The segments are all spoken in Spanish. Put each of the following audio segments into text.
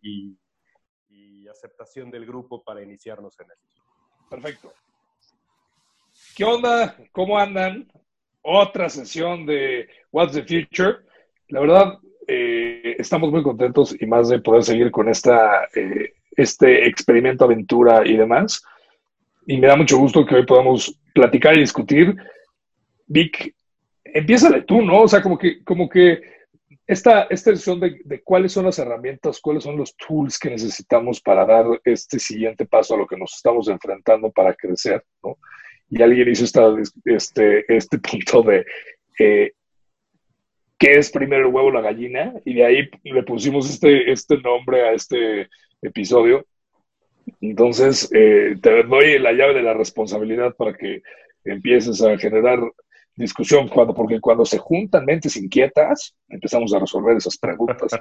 y aceptación del grupo para iniciarnos en esto. Perfecto. ¿Qué onda? ¿Cómo andan? Otra sesión de What's the Future. La verdad, estamos muy contentos y más de poder seguir con este experimento, aventura y demás. Y me da mucho gusto que hoy podamos platicar y discutir. Vic, empiézale tú, ¿no? O sea, como que esta sesión de cuáles son las herramientas, cuáles son los tools que necesitamos para dar este siguiente paso a lo que nos estamos enfrentando para crecer, ¿no? Y alguien hizo este punto de qué es primero el huevo o la gallina, y de ahí le pusimos este nombre a este episodio. Entonces, te doy la llave de la responsabilidad para que empieces a generar discusión, porque cuando se juntan mentes inquietas, empezamos a resolver esas preguntas.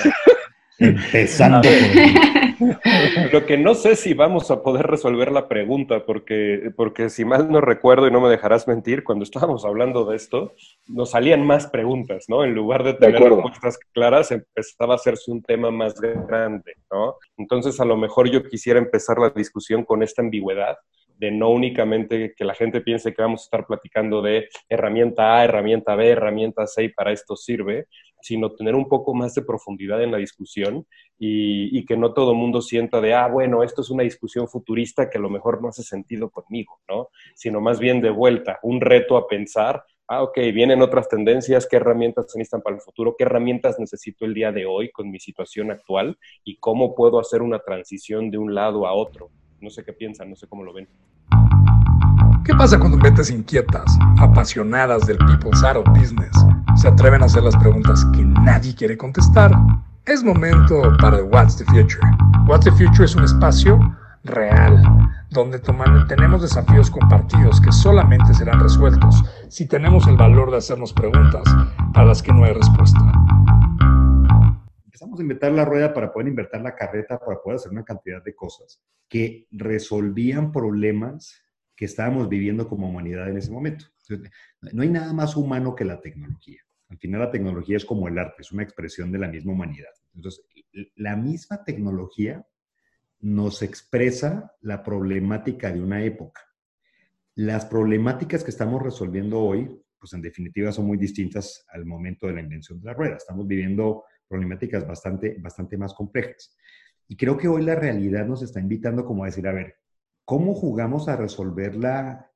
Empezando por... Lo que no sé si vamos a poder resolver la pregunta, porque si mal no recuerdo y no me dejarás mentir, cuando estábamos hablando de esto, nos salían más preguntas, ¿no? En lugar de tener respuestas claras, empezaba a hacerse un tema más grande, ¿no? Entonces, a lo mejor yo quisiera empezar la discusión con esta ambigüedad, de no únicamente que la gente piense que vamos a estar platicando de herramienta A, herramienta B, herramienta C y para esto sirve, sino tener un poco más de profundidad en la discusión y que no todo el mundo sienta de, bueno, esto es una discusión futurista que a lo mejor no hace sentido conmigo, ¿no? Sino más bien de vuelta, un reto a pensar, ok, vienen otras tendencias, ¿qué herramientas se necesitan para el futuro? ¿Qué herramientas necesito el día de hoy con mi situación actual? ¿Y cómo puedo hacer una transición de un lado a otro? No sé qué piensan, no sé cómo lo ven. ¿Qué pasa cuando mentes inquietas, apasionadas del people's side of business, se atreven a hacer las preguntas que nadie quiere contestar? Es momento para el What's the Future. What's the Future es un espacio real, donde tenemos desafíos compartidos que solamente serán resueltos si tenemos el valor de hacernos preguntas para las que no hay respuesta. Empezamos a inventar la rueda para poder inventar la carreta, para poder hacer una cantidad de cosas que resolvían problemas que estábamos viviendo como humanidad en ese momento. No hay nada más humano que la tecnología. Al final la tecnología es como el arte, es una expresión de la misma humanidad. Entonces, la misma tecnología nos expresa la problemática de una época. Las problemáticas que estamos resolviendo hoy, pues en definitiva son muy distintas al momento de la invención de la rueda. Estamos viviendo problemáticas bastante más complejas. Y creo que hoy la realidad nos está invitando como a decir, a ver, ¿cómo jugamos a resolver la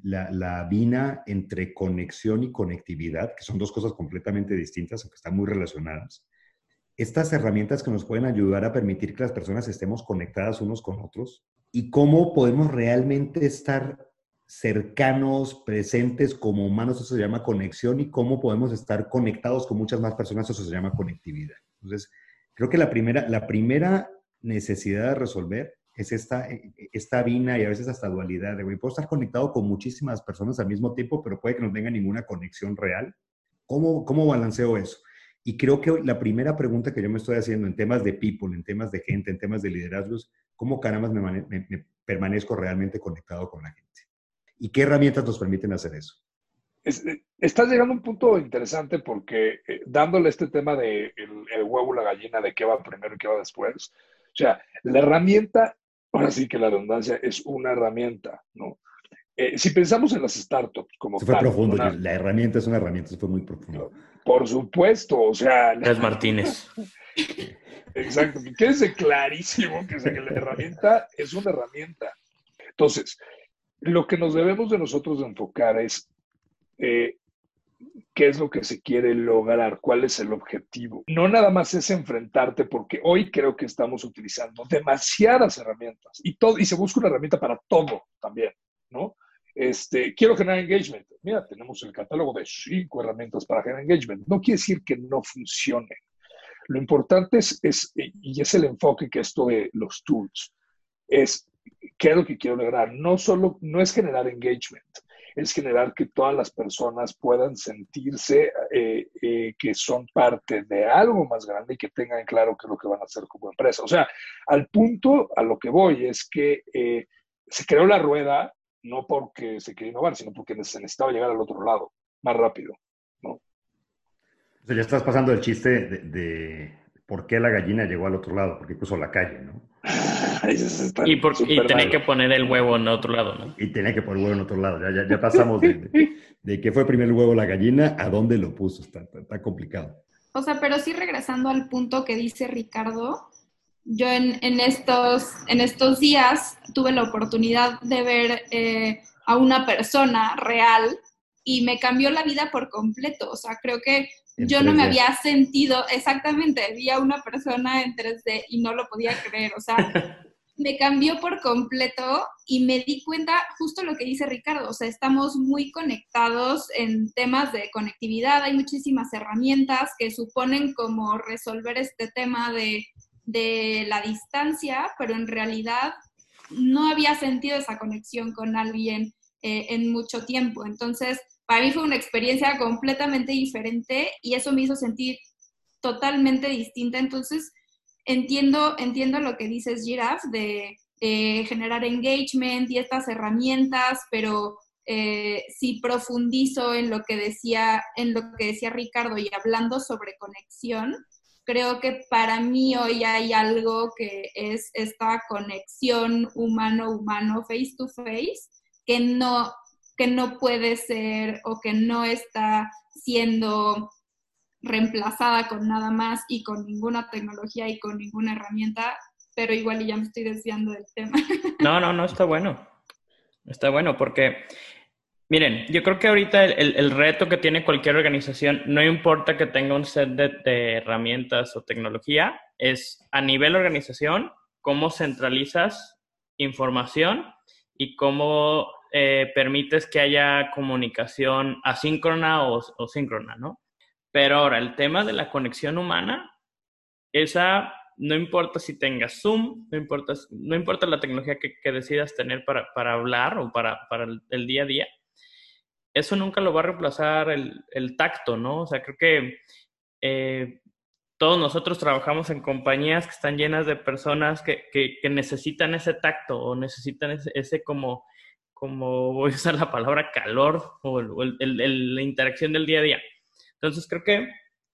vina entre conexión y conectividad, que son dos cosas completamente distintas, aunque están muy relacionadas? Estas herramientas que nos pueden ayudar a permitir que las personas estemos conectadas unos con otros y cómo podemos realmente estar cercanos, presentes como humanos, eso se llama conexión, y cómo podemos estar conectados con muchas más personas, eso se llama conectividad. Entonces, creo que la primera necesidad de resolver es esta vina y a veces hasta dualidad de, puedo estar conectado con muchísimas personas al mismo tiempo, pero puede que no tenga ninguna conexión real. ¿Cómo balanceo eso? Y creo que la primera pregunta que yo me estoy haciendo en temas de people, en temas de gente, en temas de liderazgos, ¿cómo caramba me permanezco realmente conectado con la gente? ¿Y qué herramientas nos permiten hacer eso? Estás llegando a un punto interesante porque dándole este tema de el huevo o la gallina, de qué va primero y qué va después. O sea, la herramienta, ahora sí que la redundancia es una herramienta, ¿no? Si pensamos en las startups como Eso fue tal. profundo. La herramienta es una herramienta, eso fue muy profundo. Por supuesto, o sea... Es Martínez. Exacto, que quede clarísimo que la herramienta es una herramienta. Entonces, lo que nos debemos de nosotros de enfocar es qué es lo que se quiere lograr, cuál es el objetivo. No nada más es enfrentarte, porque hoy creo que estamos utilizando demasiadas herramientas y se busca una herramienta para todo también, ¿no? Quiero generar engagement. Mira, tenemos el catálogo de 5 herramientas para generar engagement. No quiere decir que no funcione. Lo importante y es el enfoque que esto de los tools, es qué es lo que quiero lograr. No es generar engagement, es generar que todas las personas puedan sentirse que son parte de algo más grande y que tengan claro qué es lo que van a hacer como empresa. O sea, al punto a lo que voy es que se creó la rueda no porque se quería innovar, sino porque se necesitaba llegar al otro lado más rápido, ¿no? O sea, ya estás pasando el chiste de por qué la gallina llegó al otro lado, porque cruzó la calle, ¿no? Y tenía que poner el huevo en otro lado, ¿no? Y tenía que poner el huevo en otro lado. Ya pasamos de qué fue primero el huevo la gallina a dónde lo puso. Está complicado. O sea, pero sí regresando al punto que dice Ricardo, yo en estos días tuve la oportunidad de ver a una persona real y me cambió la vida por completo. O sea, creo que yo no me había sentido, exactamente, vi a una persona en 3D y no lo podía creer. O sea, me cambió por completo y me di cuenta justo lo que dice Ricardo. O sea, estamos muy conectados en temas de conectividad. Hay muchísimas herramientas que suponen como resolver este tema de la distancia, pero en realidad no había sentido esa conexión con alguien en mucho tiempo. Entonces, para mí fue una experiencia completamente diferente y eso me hizo sentir totalmente distinta. Entonces, entiendo lo que dices, Giraf, de generar engagement y estas herramientas, pero si profundizo en lo que decía Ricardo y hablando sobre conexión, creo que para mí hoy hay algo que es esta conexión humano-humano, face to face, que no puede ser o que no está siendo reemplazada con nada más y con ninguna tecnología y con ninguna herramienta, pero igual ya me estoy desviando del tema. No, está bueno. Está bueno porque, miren, yo creo que ahorita el reto que tiene cualquier organización, no importa que tenga un set de herramientas o tecnología, es a nivel organización, cómo centralizas información y cómo permites que haya comunicación asíncrona o síncrona, ¿no? Pero ahora, el tema de la conexión humana, esa no importa si tengas Zoom, no importa la tecnología que decidas tener para hablar o para el día a día, eso nunca lo va a reemplazar el tacto, ¿no? O sea, creo que todos nosotros trabajamos en compañías que están llenas de personas que necesitan ese tacto o necesitan ese como voy a usar la palabra calor o la interacción del día a día. Entonces, creo que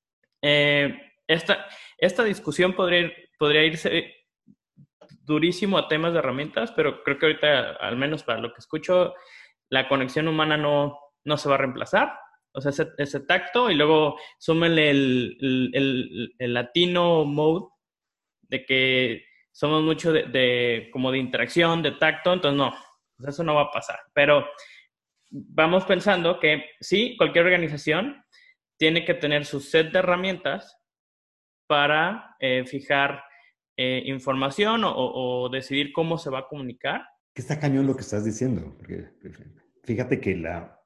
esta discusión podría irse durísimo a temas de herramientas, pero creo que ahorita, al menos para lo que escucho, la conexión humana no se va a reemplazar. O sea, ese tacto y luego súmenle el latino mode de que somos mucho como de interacción, de tacto, entonces no, pues eso no va a pasar. Pero vamos pensando que sí, cualquier organización tiene que tener su set de herramientas para fijar información o decidir cómo se va a comunicar. Que está cañón lo que estás diciendo, porque fíjate que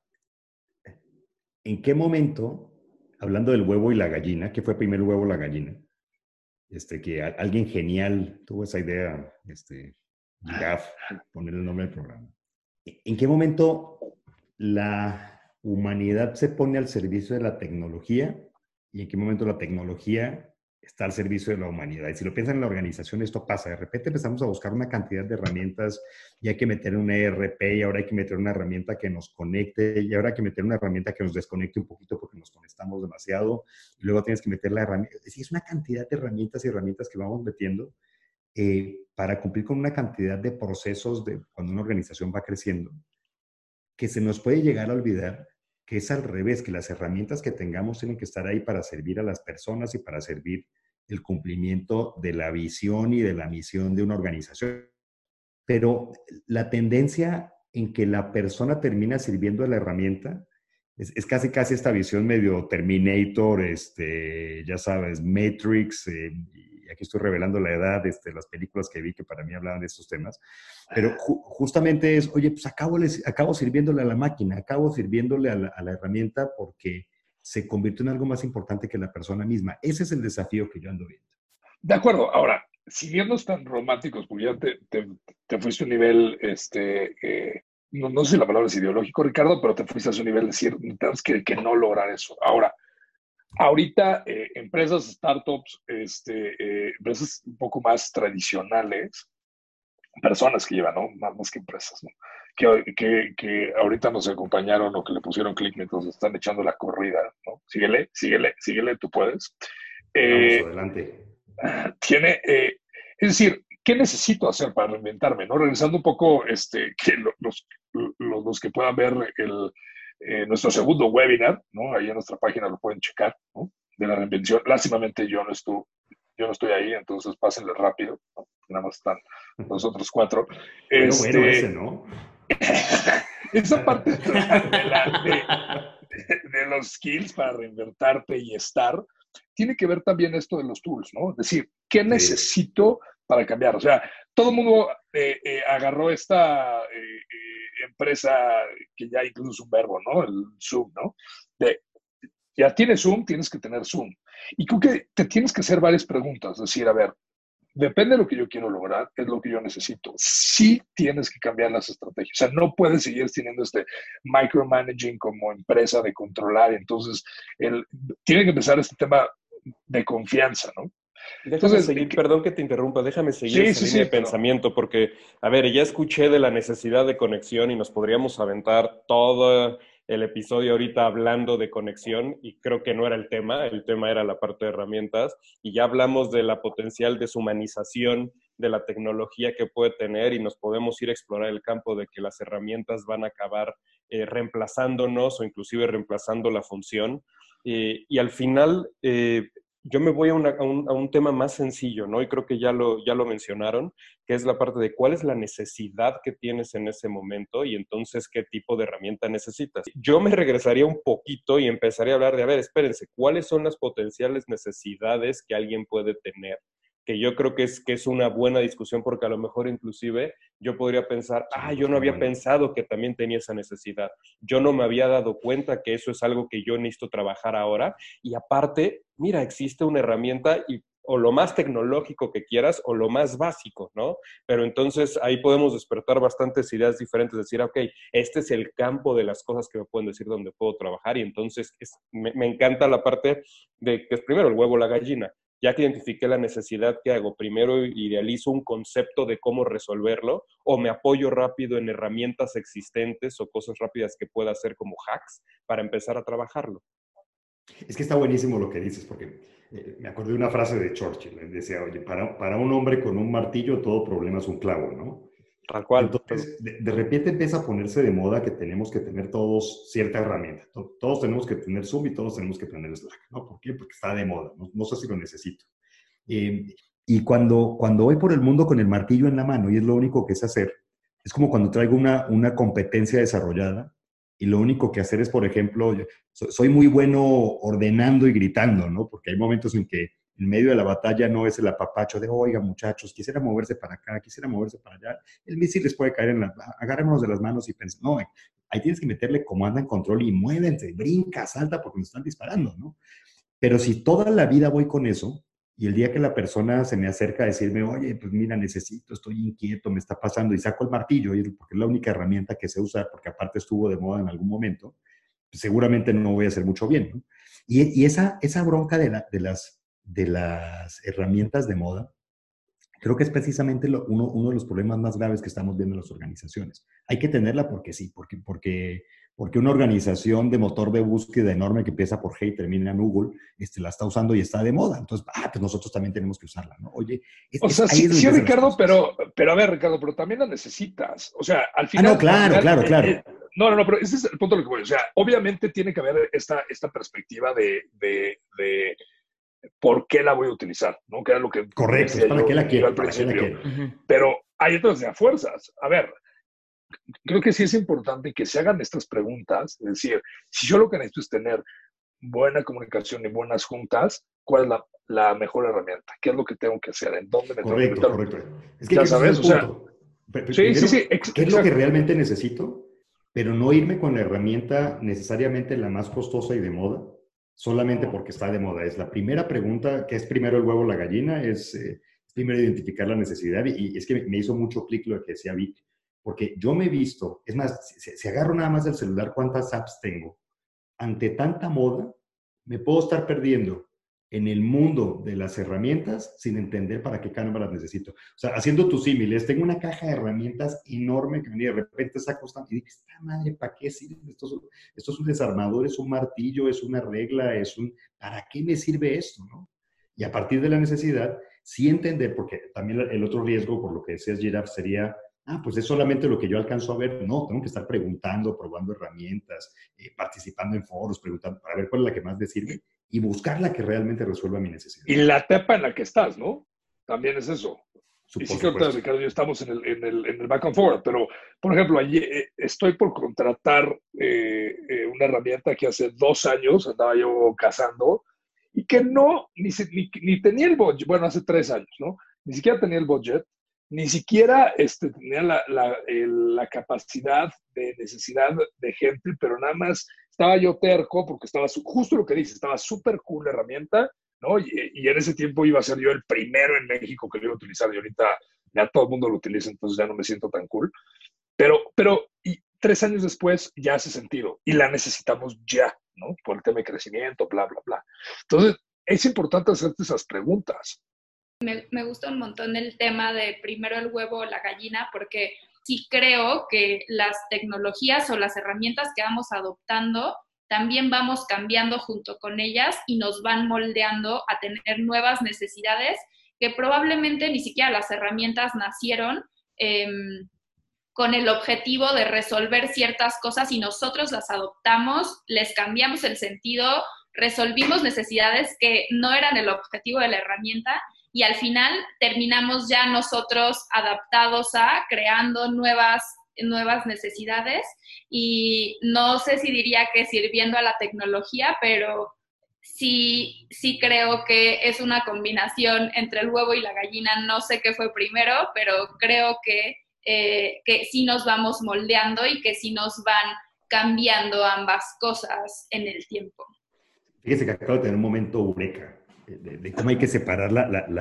¿en qué momento, hablando del huevo y la gallina, que fue primero el huevo o la gallina, que alguien genial tuvo esa idea, Giraf, poner el nombre del programa? ¿En qué momento la humanidad se pone al servicio de la tecnología y en qué momento la tecnología está al servicio de la humanidad? Y si lo piensan en la organización, esto pasa. De repente empezamos a buscar una cantidad de herramientas y hay que meter un ERP y ahora hay que meter una herramienta que nos conecte y ahora hay que meter una herramienta que nos desconecte un poquito porque nos conectamos demasiado y luego tienes que meter la herramienta. Es decir, es una cantidad de herramientas y herramientas que vamos metiendo para cumplir con una cantidad de procesos de cuando una organización va creciendo, que se nos puede llegar a olvidar que es al revés, que las herramientas que tengamos tienen que estar ahí para servir a las personas y para servir el cumplimiento de la visión y de la misión de una organización. Pero la tendencia en que la persona termina sirviendo a la herramienta es casi esta visión medio Terminator, ya sabes, Matrix, y aquí estoy revelando la edad, las películas que vi que para mí hablaban de estos temas, pero justamente es, oye, pues acabo sirviéndole a la máquina, acabo sirviéndole a la herramienta porque se convirtió en algo más importante que la persona misma. Ese es el desafío que yo ando viendo. De acuerdo. Ahora, si bien no están románticos, porque ya te fuiste a un nivel, no sé si la palabra es ideológico, Ricardo, pero te fuiste a ese nivel de decir, tenemos que no lograr eso. Ahora, ahorita, empresas, startups, empresas un poco más tradicionales, personas que llevan, ¿no? Más que empresas, ¿no? Que ahorita nos acompañaron o que le pusieron clic mientras están echando la corrida, ¿no? Síguele, tú puedes. Vamos adelante. Es decir, ¿qué necesito hacer para reinventarme? ¿No? Regresando un poco, que los que puedan ver nuestro segundo webinar, ¿no? Ahí en nuestra página lo pueden checar, ¿no? De la reinvención. Lástimamente yo no estoy ahí, entonces pásenle rápido, ¿no? Nada más están los otros 4. Pero bueno, ese, ¿no? Esa parte de los skills para reinventarte y estar, tiene que ver también esto de los tools, ¿no? Es decir, ¿qué necesito para cambiar? O sea, todo el mundo agarró esta empresa que ya incluso es un verbo, ¿no? El Zoom, ¿no? Ya tienes Zoom, tienes que tener Zoom. Y creo que te tienes que hacer varias preguntas. Es decir, a ver, depende de lo que yo quiero lograr, es lo que yo necesito. Sí tienes que cambiar las estrategias. O sea, no puedes seguir teniendo este micromanaging como empresa de controlar. Entonces, tiene que empezar este tema de confianza, ¿no? Déjame seguir, perdón que te interrumpa, déjame seguir esa línea de pensamiento, porque, a ver, ya escuché de la necesidad de conexión y nos podríamos aventar todo el episodio ahorita hablando de conexión y creo que no era el tema era la parte de herramientas y ya hablamos de la potencial deshumanización de la tecnología que puede tener y nos podemos ir a explorar el campo de que las herramientas van a acabar reemplazándonos o inclusive reemplazando la función. Y al final, yo me voy a un tema más sencillo, ¿no? Y creo que ya lo mencionaron, que es la parte de cuál es la necesidad que tienes en ese momento y entonces qué tipo de herramienta necesitas. Yo me regresaría un poquito y empezaría a hablar de, a ver, espérense, ¿cuáles son las potenciales necesidades que alguien puede tener? Que yo creo que es una buena discusión porque a lo mejor inclusive yo podría pensar, yo no había pensado que también tenía esa necesidad. Yo no me había dado cuenta que eso es algo que yo necesito trabajar ahora. Y aparte, mira, existe una herramienta o lo más tecnológico que quieras o lo más básico, ¿no? Pero entonces ahí podemos despertar bastantes ideas diferentes, decir, ok, este es el campo de las cosas que me pueden decir donde puedo trabajar y entonces me encanta la parte de que es primero el huevo o la gallina. Ya que identifiqué la necesidad, ¿qué hago? Primero idealizo un concepto de cómo resolverlo o me apoyo rápido en herramientas existentes o cosas rápidas que pueda hacer como hacks para empezar a trabajarlo. Es que está buenísimo lo que dices, porque me acordé de una frase de Churchill. Decía, oye, para un hombre con un martillo todo problema es un clavo, ¿no? Tal cual. Entonces, de repente empieza a ponerse de moda que tenemos que tener todos cierta herramienta. Todos tenemos que tener Zoom y todos tenemos que tener Slack, ¿no? ¿Por qué? Porque está de moda. No sé si lo necesito. Y cuando voy por el mundo con el martillo en la mano y es lo único que sé hacer, es como cuando traigo una competencia desarrollada y lo único que hacer es, por ejemplo, soy muy bueno ordenando y gritando, ¿no? Porque hay momentos en que en medio de la batalla no es el apapacho de, oiga, muchachos, quisiera moverse para acá, quisiera moverse para allá. El misil les puede caer agárrenos de las manos y pensar, no, ahí tienes que meterle comando en control y muévense, brinca, salta porque nos están disparando, ¿no? Pero si toda la vida voy con eso y el día que la persona se me acerca a decirme, oye, pues mira, necesito, estoy inquieto, me está pasando, y saco el martillo, porque es la única herramienta que sé usar, porque aparte estuvo de moda en algún momento, pues seguramente no voy a hacer mucho bien, ¿no? Y esa bronca de las herramientas de moda, creo que es precisamente uno de los problemas más graves que estamos viendo en las organizaciones. Hay que tenerla porque sí, porque una organización de motor de búsqueda enorme que empieza por G y termina en Google, la está usando y está de moda. Entonces, pues nosotros también tenemos que usarla, ¿no? Oye, sí, Ricardo, pero a ver, Ricardo, pero también la necesitas. O sea, al final... no, claro. No, pero ese es el punto de lo que voy. O sea, obviamente tiene que haber esta perspectiva de por qué la voy a utilizar, ¿no? Que era lo que correcto, ¿para qué la quiero? Al principio. Pero hay otras de a fuerzas. A ver, creo que sí es importante que se hagan estas preguntas, es decir, si yo lo que necesito es tener buena comunicación y buenas juntas, ¿cuál es la mejor herramienta? ¿Qué es lo que tengo que hacer? ¿En dónde me tengo que meter? Correcto. Es que ya sabes, o sea, sí. ¿Qué es lo que realmente necesito? Pero no irme con la herramienta necesariamente la más costosa y de moda, solamente porque está de moda. Es la primera pregunta, que es primero el huevo o la gallina, es primero identificar la necesidad. Y es que me hizo mucho clic lo que decía Vic, porque yo me he visto, es más, si agarro nada más del celular cuántas apps tengo, ante tanta moda, me puedo estar perdiendo en el mundo de las herramientas sin entender para qué caramba las necesito. O sea, haciendo tus símiles, tengo una caja de herramientas enorme que de repente saco y digo, esta madre, ¿para qué sirve? Esto es un desarmador, es un martillo, es una regla, ¿para qué me sirve esto, no? Y a partir de la necesidad, sí entender, porque también el otro riesgo, por lo que decías, Giraf, sería, pues es solamente lo que yo alcanzo a ver. No, tengo que estar preguntando, probando herramientas, participando en foros, preguntando para ver cuál es la que más me sirve y buscar la que realmente resuelva mi necesidad. Y la etapa en la que estás, ¿no? También es eso. Y sí, Por creo que Ricardo y yo estamos en el back and forward, pero, por ejemplo, estoy por contratar una herramienta que hace 2 años andaba yo cazando y que no, ni tenía el budget, bueno, hace 3 años, ¿no? Ni siquiera tenía el budget, ni siquiera tenía la capacidad de necesidad de gente, pero nada más estaba yo terco porque estaba justo lo que dice, estaba súper cool la herramienta, ¿no? Y en ese tiempo iba a ser yo el primero en México que lo iba a utilizar y ahorita ya todo el mundo lo utiliza, entonces ya no me siento tan cool. Pero y 3 años después ya hace sentido y la necesitamos ya, ¿no? Por el tema de crecimiento, bla, bla, bla. Entonces, es importante hacerte esas preguntas. Me gusta un montón el tema de primero el huevo o la gallina, porque sí creo que las tecnologías o las herramientas que vamos adoptando también vamos cambiando junto con ellas y nos van moldeando a tener nuevas necesidades que probablemente ni siquiera las herramientas nacieron con el objetivo de resolver ciertas cosas y nosotros las adoptamos, les cambiamos el sentido, resolvimos necesidades que no eran el objetivo de la herramienta y al final terminamos ya nosotros adaptados a creando nuevas necesidades y no sé si diría que sirviendo a la tecnología, pero sí creo que es una combinación entre el huevo y la gallina. No sé qué fue primero, pero creo que sí nos vamos moldeando y que sí nos van cambiando ambas cosas en el tiempo. Fíjese que acabo de tener un momento eureka de cómo hay que separar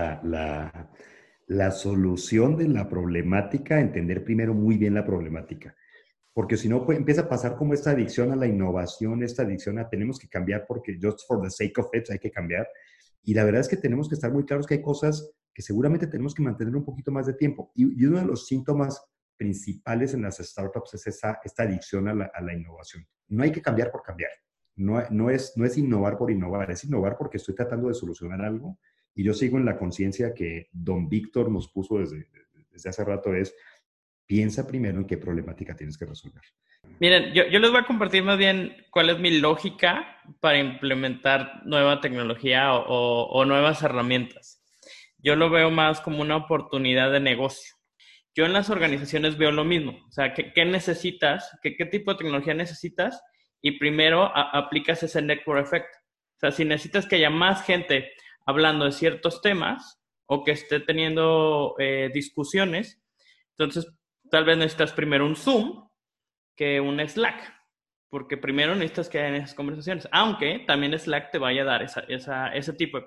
la solución de la problemática, entender primero muy bien la problemática. Porque si no, pues, empieza a pasar como esta adicción a la innovación, esta adicción a tenemos que cambiar porque just for the sake of it hay que cambiar. Y la verdad es que tenemos que estar muy claros que hay cosas que seguramente tenemos que mantener un poquito más de tiempo. Y uno de los síntomas principales en las startups es esta adicción a la innovación. No hay que cambiar por cambiar. No es innovar por innovar, es innovar porque estoy tratando de solucionar algo. Y yo sigo en la conciencia que don Víctor nos puso desde hace rato es, piensa primero en qué problemática tienes que resolver. Miren, yo les voy a compartir más bien cuál es mi lógica para implementar nueva tecnología o nuevas herramientas. Yo lo veo más como una oportunidad de negocio. Yo en las organizaciones veo lo mismo. O sea, ¿qué necesitas? ¿Qué tipo de tecnología necesitas? Y primero aplicas ese network effect. O sea, si necesitas que haya más gente hablando de ciertos temas o que esté teniendo discusiones, entonces tal vez necesitas primero un Zoom que un Slack, porque primero necesitas que hayan esas conversaciones, aunque también Slack te vaya a dar ese tipo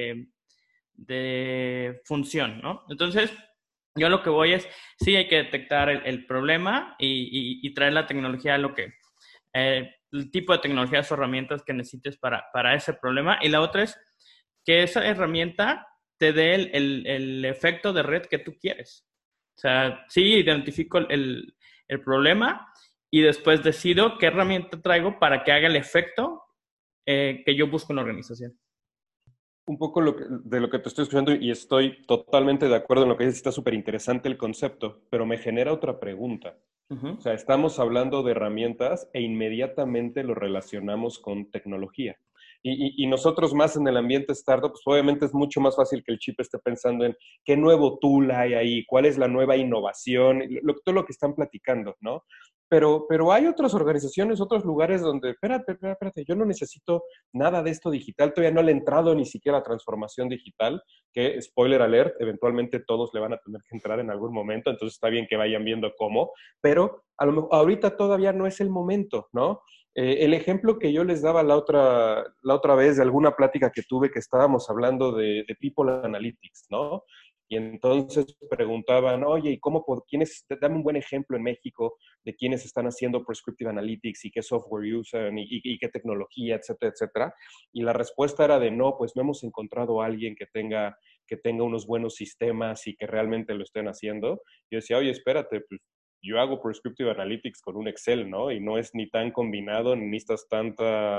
de función, ¿no? Entonces, yo lo que voy es, sí hay que detectar el problema y traer la tecnología a lo que, el tipo de tecnologías o herramientas que necesites para ese problema. Y la otra es que esa herramienta te dé el efecto de red que tú quieres. O sea, sí identifico el problema y después decido qué herramienta traigo para que haga el efecto que yo busco en la organización. Un poco de lo que te estoy escuchando y estoy totalmente de acuerdo en lo que dices, está súper interesante el concepto, pero me genera otra pregunta. O sea, estamos hablando de herramientas e inmediatamente lo relacionamos con tecnología. Y nosotros más en el ambiente startup, pues obviamente es mucho más fácil que el chip esté pensando en qué nuevo tool hay ahí, cuál es la nueva innovación, todo lo que están platicando, ¿no? Pero hay otras organizaciones, otros lugares donde, espérate, yo no necesito nada de esto digital, todavía no le he entrado ni siquiera a transformación digital, que, spoiler alert, eventualmente todos le van a tener que entrar en algún momento, entonces está bien que vayan viendo cómo, pero a lo mejor ahorita todavía no es el momento, ¿no? El ejemplo que yo les daba la otra vez de alguna plática que tuve que estábamos hablando de People Analytics, ¿no? Y entonces preguntaban, oye, ¿y dame un buen ejemplo en México de quiénes están haciendo Prescriptive Analytics y qué software usan y qué tecnología, etcétera, etcétera? Y la respuesta era de no, pues no hemos encontrado a alguien que tenga unos buenos sistemas y que realmente lo estén haciendo. Yo decía, oye, espérate, pues yo hago Prescriptive Analytics con un Excel, ¿no? Y no es ni tan combinado, ni necesitas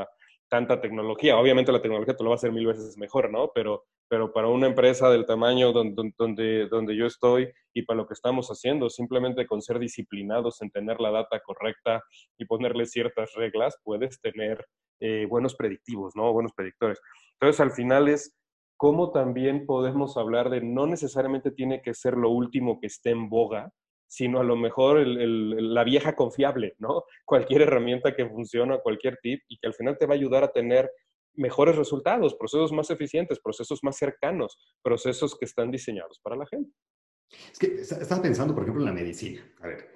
tanta tecnología. Obviamente la tecnología te lo va a hacer 1000 veces mejor, ¿no? Pero para una empresa del tamaño donde yo estoy y para lo que estamos haciendo, simplemente con ser disciplinados en tener la data correcta y ponerle ciertas reglas, puedes tener buenos predictivos, ¿no? Buenos predictores. Entonces, al final es cómo también podemos hablar de no necesariamente tiene que ser lo último que esté en boga, sino a lo mejor la vieja confiable, ¿no? Cualquier herramienta que funcione, cualquier tip, y que al final te va a ayudar a tener mejores resultados, procesos más eficientes, procesos más cercanos, procesos que están diseñados para la gente. Es que estaba pensando, por ejemplo, en la medicina. A ver,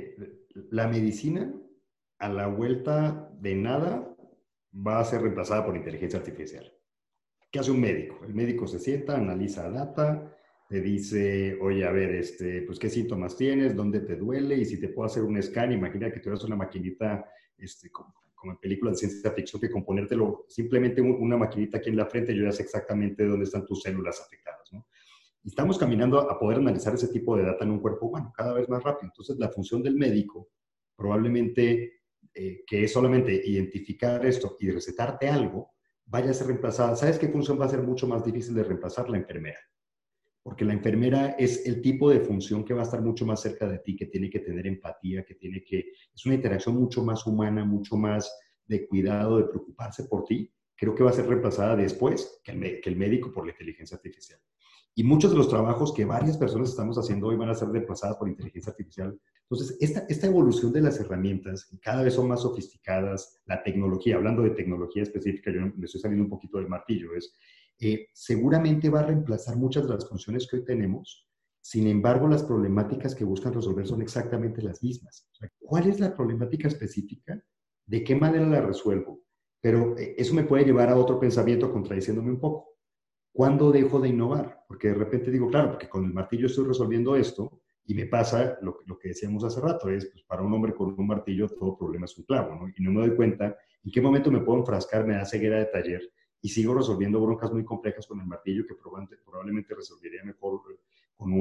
la medicina a la vuelta de nada va a ser reemplazada por inteligencia artificial. ¿Qué hace un médico? El médico se sienta, analiza data, te dice, oye, a ver, pues, ¿qué síntomas tienes? ¿Dónde te duele? Y si te puedo hacer un scan, imagina que tuvieras una maquinita, como en películas de ciencia ficción, que con ponértelo simplemente una maquinita aquí en la frente, yo ya sé exactamente dónde están tus células afectadas, ¿no? Y estamos caminando a poder analizar ese tipo de data en un cuerpo humano cada vez más rápido. Entonces, la función del médico probablemente, que es solamente identificar esto y recetarte algo, vaya a ser reemplazada. ¿Sabes qué función va a ser mucho más difícil de reemplazar? La enfermera. Porque la enfermera es el tipo de función que va a estar mucho más cerca de ti, que tiene que tener empatía, es una interacción mucho más humana, mucho más de cuidado, de preocuparse por ti. Creo que va a ser reemplazada después que el médico por la inteligencia artificial. Y muchos de los trabajos que varias personas estamos haciendo hoy van a ser reemplazadas por inteligencia artificial. Entonces, esta evolución de las herramientas, que cada vez son más sofisticadas, la tecnología, hablando de tecnología específica, yo me estoy saliendo un poquito del martillo, seguramente va a reemplazar muchas de las funciones que hoy tenemos. Sin embargo, las problemáticas que buscan resolver son exactamente las mismas. O sea, ¿cuál es la problemática específica? ¿De qué manera la resuelvo? Pero eso me puede llevar a otro pensamiento contradiciéndome un poco. ¿Cuándo dejo de innovar? Porque de repente digo, claro, porque con el martillo estoy resolviendo esto y me pasa lo que decíamos hace rato, pues para un hombre con un martillo todo problema es un clavo, ¿no? Y no me doy cuenta en qué momento me puedo enfrascar, me da ceguera de taller y sigo resolviendo broncas muy complejas con el martillo que probablemente resolvería mejor con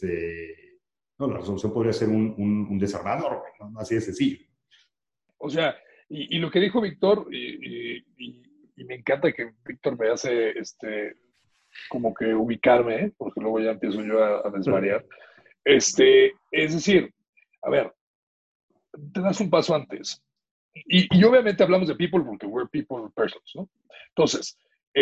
no, la resolución podría ser un desarmador, ¿no? Así de sencillo. O sea, y lo que dijo Víctor, y me encanta que Víctor me hace como que ubicarme, porque luego ya empiezo yo a desvariar. Es decir, a ver, te das un paso antes. Y obviamente hablamos de people porque we're people persons, ¿no? Entonces,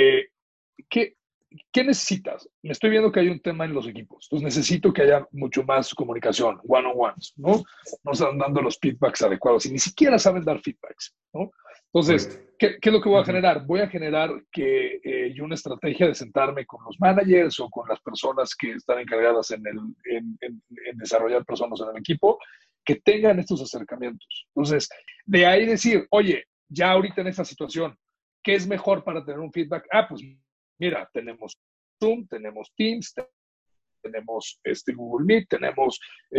¿qué necesitas? Me estoy viendo que hay un tema en los equipos. Entonces necesito que haya mucho más comunicación, one-on-ones, ¿no? No están dando los feedbacks adecuados y ni siquiera saben dar feedbacks, ¿no? Entonces, ¿qué es lo que voy a generar? Voy a generar que yo una estrategia de sentarme con los managers o con las personas que están encargadas en desarrollar personas en el equipo, que tengan estos acercamientos. Entonces, de ahí decir, oye, ya ahorita en esta situación, ¿qué es mejor para tener un feedback? Pues mira, tenemos Zoom, tenemos Teams, tenemos Google Meet, tenemos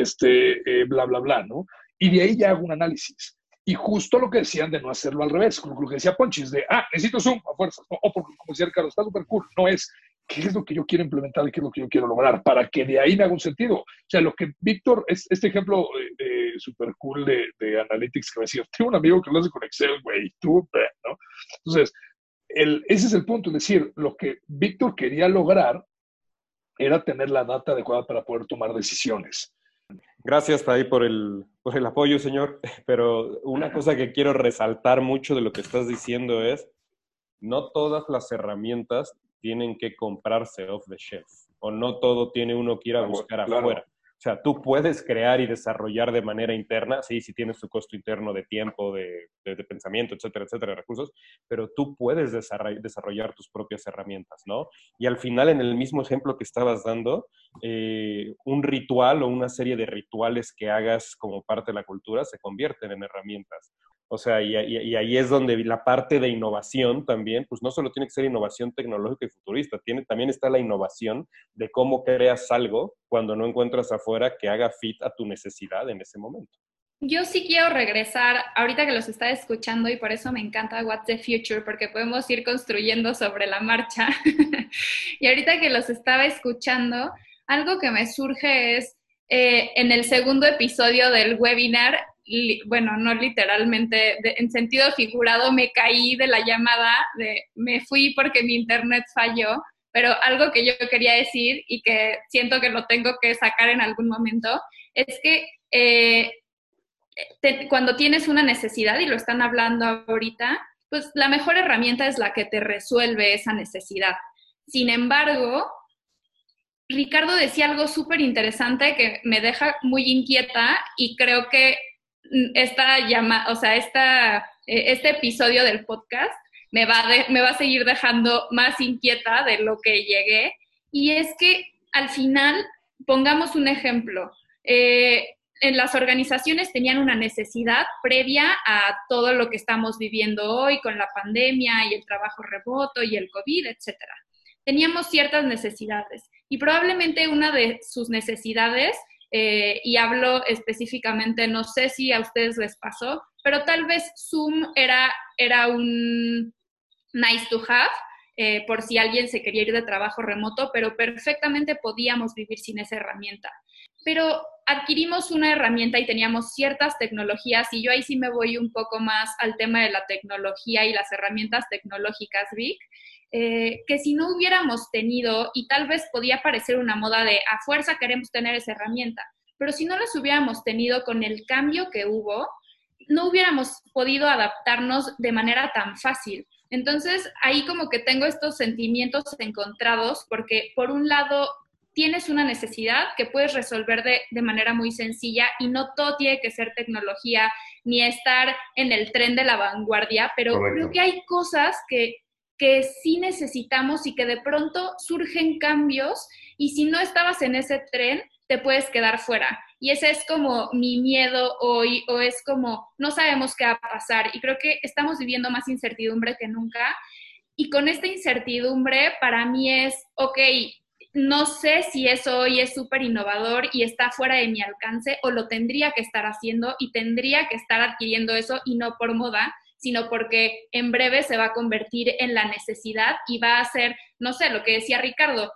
bla, bla, bla, ¿no? Y de ahí ya hago un análisis. Y justo lo que decían de no hacerlo al revés, como lo que decía Ponchis, de, necesito Zoom a fuerzas, ¿no? O porque, como decía Ricardo, está súper cool. No es, ¿qué es lo que yo quiero implementar y qué es lo que yo quiero lograr? Para que de ahí me haga un sentido. O sea, lo que Víctor, este ejemplo súper cool de Analytics que me decía, tengo un amigo que lo hace con Excel, güey, tú, ¿no? Entonces, ese es el punto, es decir, lo que Víctor quería lograr era tener la data adecuada para poder tomar decisiones. Gracias ahí por el apoyo, señor. Pero una cosa que quiero resaltar mucho de lo que estás diciendo es, no todas las herramientas tienen que comprarse off the shelf, o no todo tiene uno que ir a buscar afuera. O sea, tú puedes crear y desarrollar de manera interna, sí, si tienes tu costo interno de tiempo, de pensamiento, etcétera, etcétera, de recursos, pero tú puedes desarrollar tus propias herramientas, ¿no? Y al final, en el mismo ejemplo que estabas dando, un ritual o una serie de rituales que hagas como parte de la cultura se convierten en herramientas. O sea, y ahí es donde la parte de innovación también, pues no solo tiene que ser innovación tecnológica y futurista, también está la innovación de cómo creas algo cuando no encuentras afuera que haga fit a tu necesidad en ese momento. Yo sí quiero regresar, ahorita que los estaba escuchando, y por eso me encanta What's the Future, porque podemos ir construyendo sobre la marcha. Y ahorita que los estaba escuchando, algo que me surge es, en el segundo episodio del webinar, bueno, no literalmente, en sentido figurado, me caí de la llamada, me fui porque mi internet falló, pero algo que yo quería decir y que siento que lo tengo que sacar en algún momento, es que cuando tienes una necesidad, y lo están hablando ahorita, pues la mejor herramienta es la que te resuelve esa necesidad. Sin embargo, Ricardo decía algo súper interesante que me deja muy inquieta y creo que este episodio del podcast me va a seguir dejando más inquieta de lo que llegué. Y es que al final, pongamos un ejemplo, en las organizaciones tenían una necesidad previa a todo lo que estamos viviendo hoy con la pandemia y el trabajo remoto y el COVID, etcétera. Teníamos ciertas necesidades y probablemente una de sus necesidades, y hablo específicamente, no sé si a ustedes les pasó, pero tal vez Zoom era un nice to have, por si alguien se quería ir de trabajo remoto, pero perfectamente podíamos vivir sin esa herramienta. Pero adquirimos una herramienta y teníamos ciertas tecnologías, y yo ahí sí me voy un poco más al tema de la tecnología y las herramientas tecnológicas, Vic, que si no hubiéramos tenido, y tal vez podía parecer una moda de a fuerza queremos tener esa herramienta, pero si no las hubiéramos tenido con el cambio que hubo, no hubiéramos podido adaptarnos de manera tan fácil. Entonces, ahí como que tengo estos sentimientos encontrados, porque por un lado tienes una necesidad que puedes resolver de manera muy sencilla y no todo tiene que ser tecnología ni estar en el tren de la vanguardia, pero Correcto. Creo que hay cosas que sí necesitamos y que de pronto surgen cambios y si no estabas en ese tren, te puedes quedar fuera. Y ese es como mi miedo hoy, o es como no sabemos qué va a pasar. Y creo que estamos viviendo más incertidumbre que nunca. Y con esta incertidumbre, para mí es, ok, no sé si eso hoy es súper innovador y está fuera de mi alcance, o lo tendría que estar haciendo y tendría que estar adquiriendo eso, y no por moda, sino porque en breve se va a convertir en la necesidad y va a ser, no sé, lo que decía Ricardo,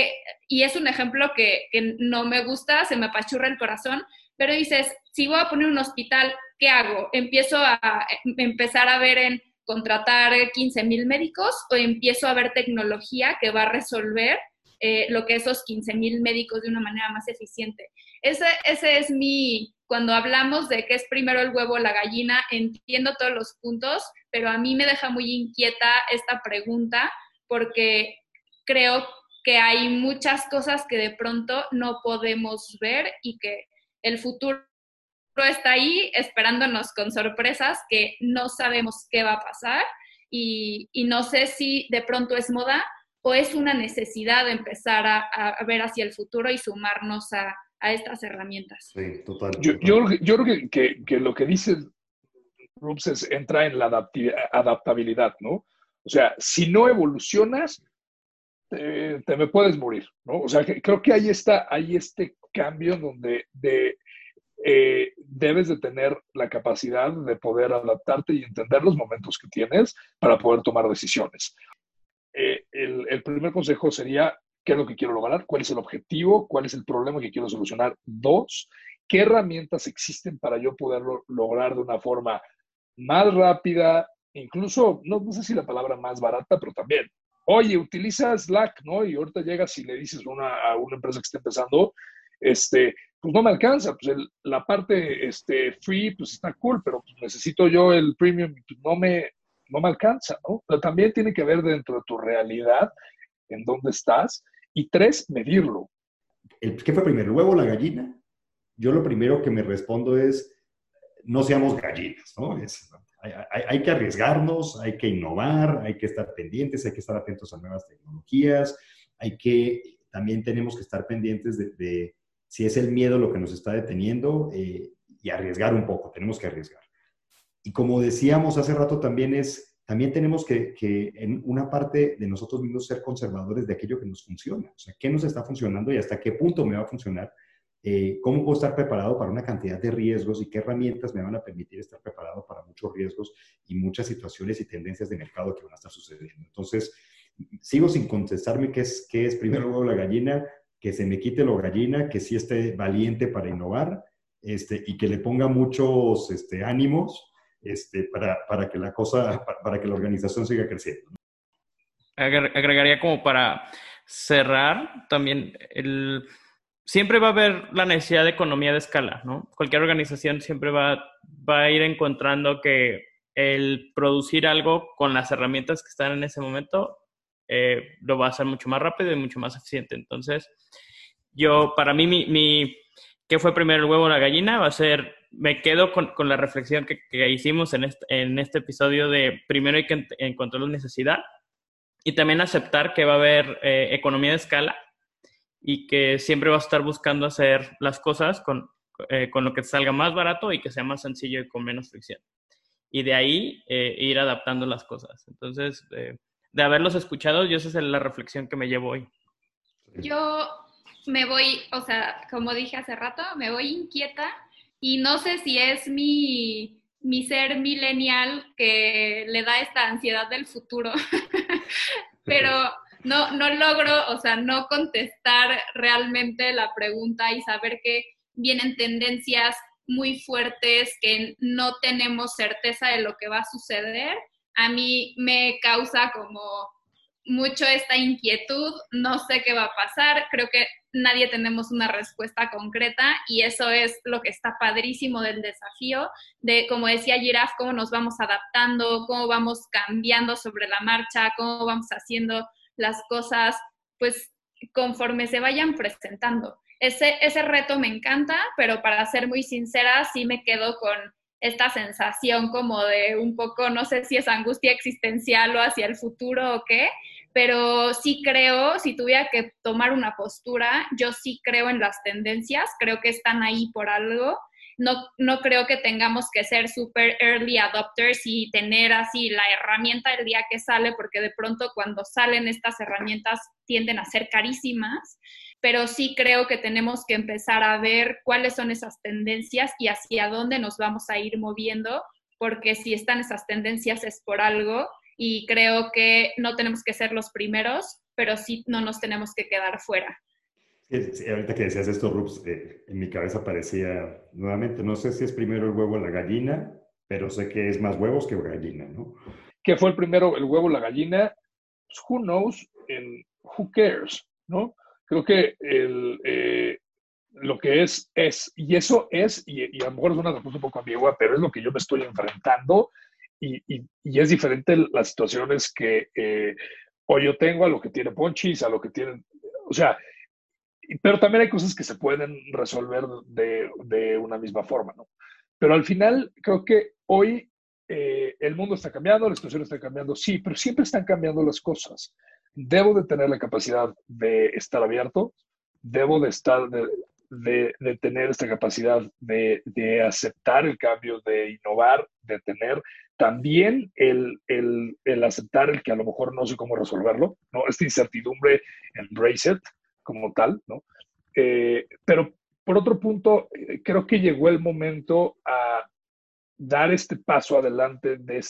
y es un ejemplo que no me gusta, se me apachurra el corazón, pero dices, si voy a poner un hospital, ¿qué hago? ¿Empiezo a empezar a ver en contratar 15,000 médicos o empiezo a ver tecnología que va a resolver lo que esos 15,000 médicos de una manera más eficiente? Ese es cuando hablamos de qué es primero el huevo o la gallina, entiendo todos los puntos, pero a mí me deja muy inquieta esta pregunta porque creo que hay muchas cosas que de pronto no podemos ver y que el futuro está ahí esperándonos con sorpresas que no sabemos qué va a pasar y no sé si de pronto es moda o es una necesidad de empezar a ver hacia el futuro y sumarnos a estas herramientas. Sí, total. Yo creo que lo que dice Rups entra en la adaptabilidad, ¿no? O sea, si no evolucionas, te me puedes morir, ¿no? O sea, creo que hay este cambio donde debes de tener la capacidad de poder adaptarte y entender los momentos que tienes para poder tomar decisiones. El primer consejo sería, ¿qué es lo que quiero lograr? ¿Cuál es el objetivo? ¿Cuál es el problema que quiero solucionar? 2, ¿qué herramientas existen para yo poderlo lograr de una forma más rápida? Incluso, no sé si la palabra más barata, pero también, oye, utiliza Slack, ¿no? Y ahorita llegas y le dices a una empresa que está empezando, pues no me alcanza, pues la parte free, pues está cool, pero pues necesito yo el premium, pues no me alcanza, ¿no? Pero también tiene que ver dentro de tu realidad, en dónde estás. Y 3, medirlo. ¿Qué fue primero, el huevo o la gallina? Yo lo primero que me respondo es, no seamos gallinas, ¿no? Hay que arriesgarnos, hay que innovar, hay que estar pendientes, hay que estar atentos a nuevas tecnologías, también tenemos que estar pendientes de si es el miedo lo que nos está deteniendo y arriesgar un poco, tenemos que arriesgar. Y como decíamos hace rato también tenemos que en una parte de nosotros mismos ser conservadores de aquello que nos funciona. O sea, ¿qué nos está funcionando y hasta qué punto me va a funcionar? ¿Cómo puedo estar preparado para una cantidad de riesgos y qué herramientas me van a permitir estar preparado para muchos riesgos y muchas situaciones y tendencias de mercado que van a estar sucediendo? Entonces, sigo sin contestarme qué es primero el huevo o la gallina, que se me quite lo gallina, que sí esté valiente para innovar y que le ponga muchos ánimos para que para que la organización siga creciendo. Agregaría como para cerrar también siempre va a haber la necesidad de economía de escala, ¿no? Cualquier organización siempre va a ir encontrando que el producir algo con las herramientas que están en ese momento lo va a hacer mucho más rápido y mucho más eficiente. Entonces, para mí, ¿qué fue primero, el huevo o la gallina? Va a ser, me quedo con la reflexión que hicimos en este episodio de primero hay que encontrar la necesidad y también aceptar que va a haber economía de escala y que siempre vas a estar buscando hacer las cosas con lo que te salga más barato y que sea más sencillo y con menos fricción. Y de ahí ir adaptando las cosas. Entonces, de haberlos escuchado, esa es la reflexión que me llevo hoy. Yo me voy, o sea, como dije hace rato, me voy inquieta y no sé si es mi ser millennial que le da esta ansiedad del futuro, pero no logro, o sea, no contestar realmente la pregunta y saber que vienen tendencias muy fuertes que no tenemos certeza de lo que va a suceder. A mí me causa como mucho esta inquietud, no sé qué va a pasar, creo que nadie tenemos una respuesta concreta y eso es lo que está padrísimo del desafío, de como decía Giraffe, cómo nos vamos adaptando, cómo vamos cambiando sobre la marcha, cómo vamos haciendo las cosas, pues conforme se vayan presentando. Ese reto me encanta, pero para ser muy sincera, sí me quedo con esta sensación como de un poco, no sé si es angustia existencial o hacia el futuro o qué, pero sí creo, si tuviera que tomar una postura, yo sí creo en las tendencias, creo que están ahí por algo. No creo que tengamos que ser super early adopters y tener así la herramienta del día que sale, porque de pronto cuando salen estas herramientas tienden a ser carísimas, pero sí creo que tenemos que empezar a ver cuáles son esas tendencias y hacia dónde nos vamos a ir moviendo, porque si están esas tendencias es por algo y creo que no tenemos que ser los primeros, pero sí no nos tenemos que quedar fuera. Sí, ahorita que decías esto, Rups, en mi cabeza parecía nuevamente, no sé si es primero el huevo o la gallina, pero sé que es más huevos que gallina, ¿no? ¿Qué fue el primero, el huevo o la gallina? Pues, who knows and who cares, ¿no? Creo que lo que es, y eso es, y a lo mejor es una respuesta un poco ambigua, pero es lo que yo me estoy enfrentando y es diferente las situaciones que o yo tengo a lo que tiene Ponchis, a lo que tienen, o sea, pero también hay cosas que se pueden resolver de una misma forma, ¿no? Pero al final creo que hoy el mundo está cambiando, la situación está cambiando, sí, pero siempre están cambiando las cosas. Debo de tener la capacidad de estar abierto, debo de tener esta capacidad de aceptar el cambio, de innovar, de tener también el aceptar el que a lo mejor no sé cómo resolverlo, ¿no? Esta incertidumbre, embrace it como tal, ¿no? Pero por otro punto, creo que llegó el momento a dar este paso adelante de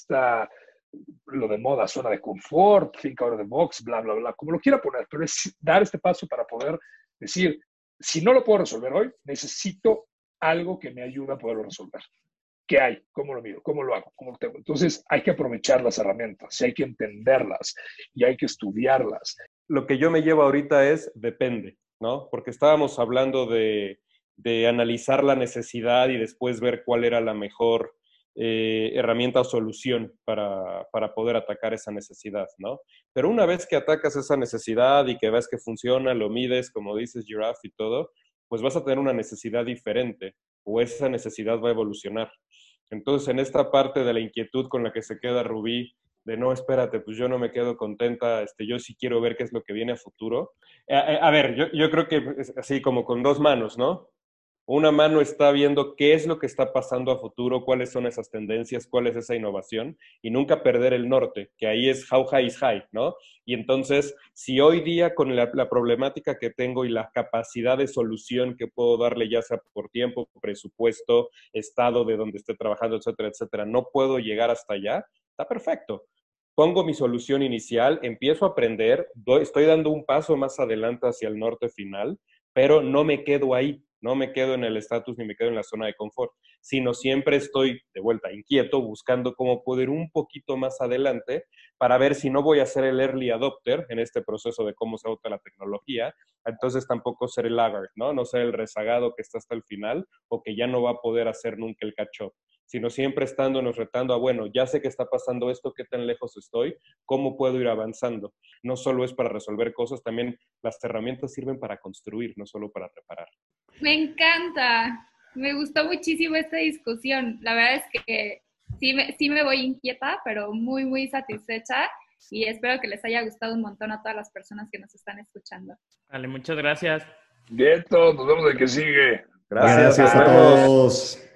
lo de moda, zona de confort, think out of the box, bla, bla, bla, como lo quiera poner, pero es dar este paso para poder decir, si no lo puedo resolver hoy, necesito algo que me ayude a poderlo resolver. ¿Qué hay? ¿Cómo lo mido? ¿Cómo lo hago? ¿Cómo lo tengo? Entonces hay que aprovechar las herramientas, y hay que entenderlas y hay que estudiarlas. Lo que yo me llevo ahorita es depende, ¿no? Porque estábamos hablando de analizar la necesidad y después ver cuál era la mejor herramienta o solución para poder atacar esa necesidad, ¿no? Pero una vez que atacas esa necesidad y que ves que funciona, lo mides, como dices, Giraffe y todo, pues vas a tener una necesidad diferente o esa necesidad va a evolucionar. Entonces, en esta parte de la inquietud con la que se queda Rubí, de no, espérate, pues yo no me quedo contenta, yo sí quiero ver qué es lo que viene a futuro. A ver, yo creo que es así como con dos manos, ¿no? Una mano está viendo qué es lo que está pasando a futuro, cuáles son esas tendencias, cuál es esa innovación, y nunca perder el norte, que ahí es how high is high, ¿no? Y entonces, si hoy día con la problemática que tengo y la capacidad de solución que puedo darle, ya sea por tiempo, presupuesto, estado de donde esté trabajando, etcétera, etcétera, no puedo llegar hasta allá, está perfecto. Pongo mi solución inicial, empiezo a aprender, estoy dando un paso más adelante hacia el norte final, pero no me quedo ahí. No me quedo en el estatus ni me quedo en la zona de confort, sino siempre estoy de vuelta inquieto, buscando cómo poder ir un poquito más adelante para ver si no voy a ser el early adopter en este proceso de cómo se adopta la tecnología, entonces tampoco ser el laggard, ¿no? No ser el rezagado que está hasta el final o que ya no va a poder hacer nunca el catch-up, sino siempre estándonos retando a, bueno, ya sé que está pasando esto, qué tan lejos estoy, cómo puedo ir avanzando. No solo es para resolver cosas, también las herramientas sirven para construir, no solo para reparar. Me encanta, me gustó muchísimo esta discusión. La verdad es que sí me voy inquieta, pero muy, muy satisfecha y espero que les haya gustado un montón a todas las personas que nos están escuchando. Vale, muchas gracias. Nieto, nos vemos el que sigue. Gracias a todos.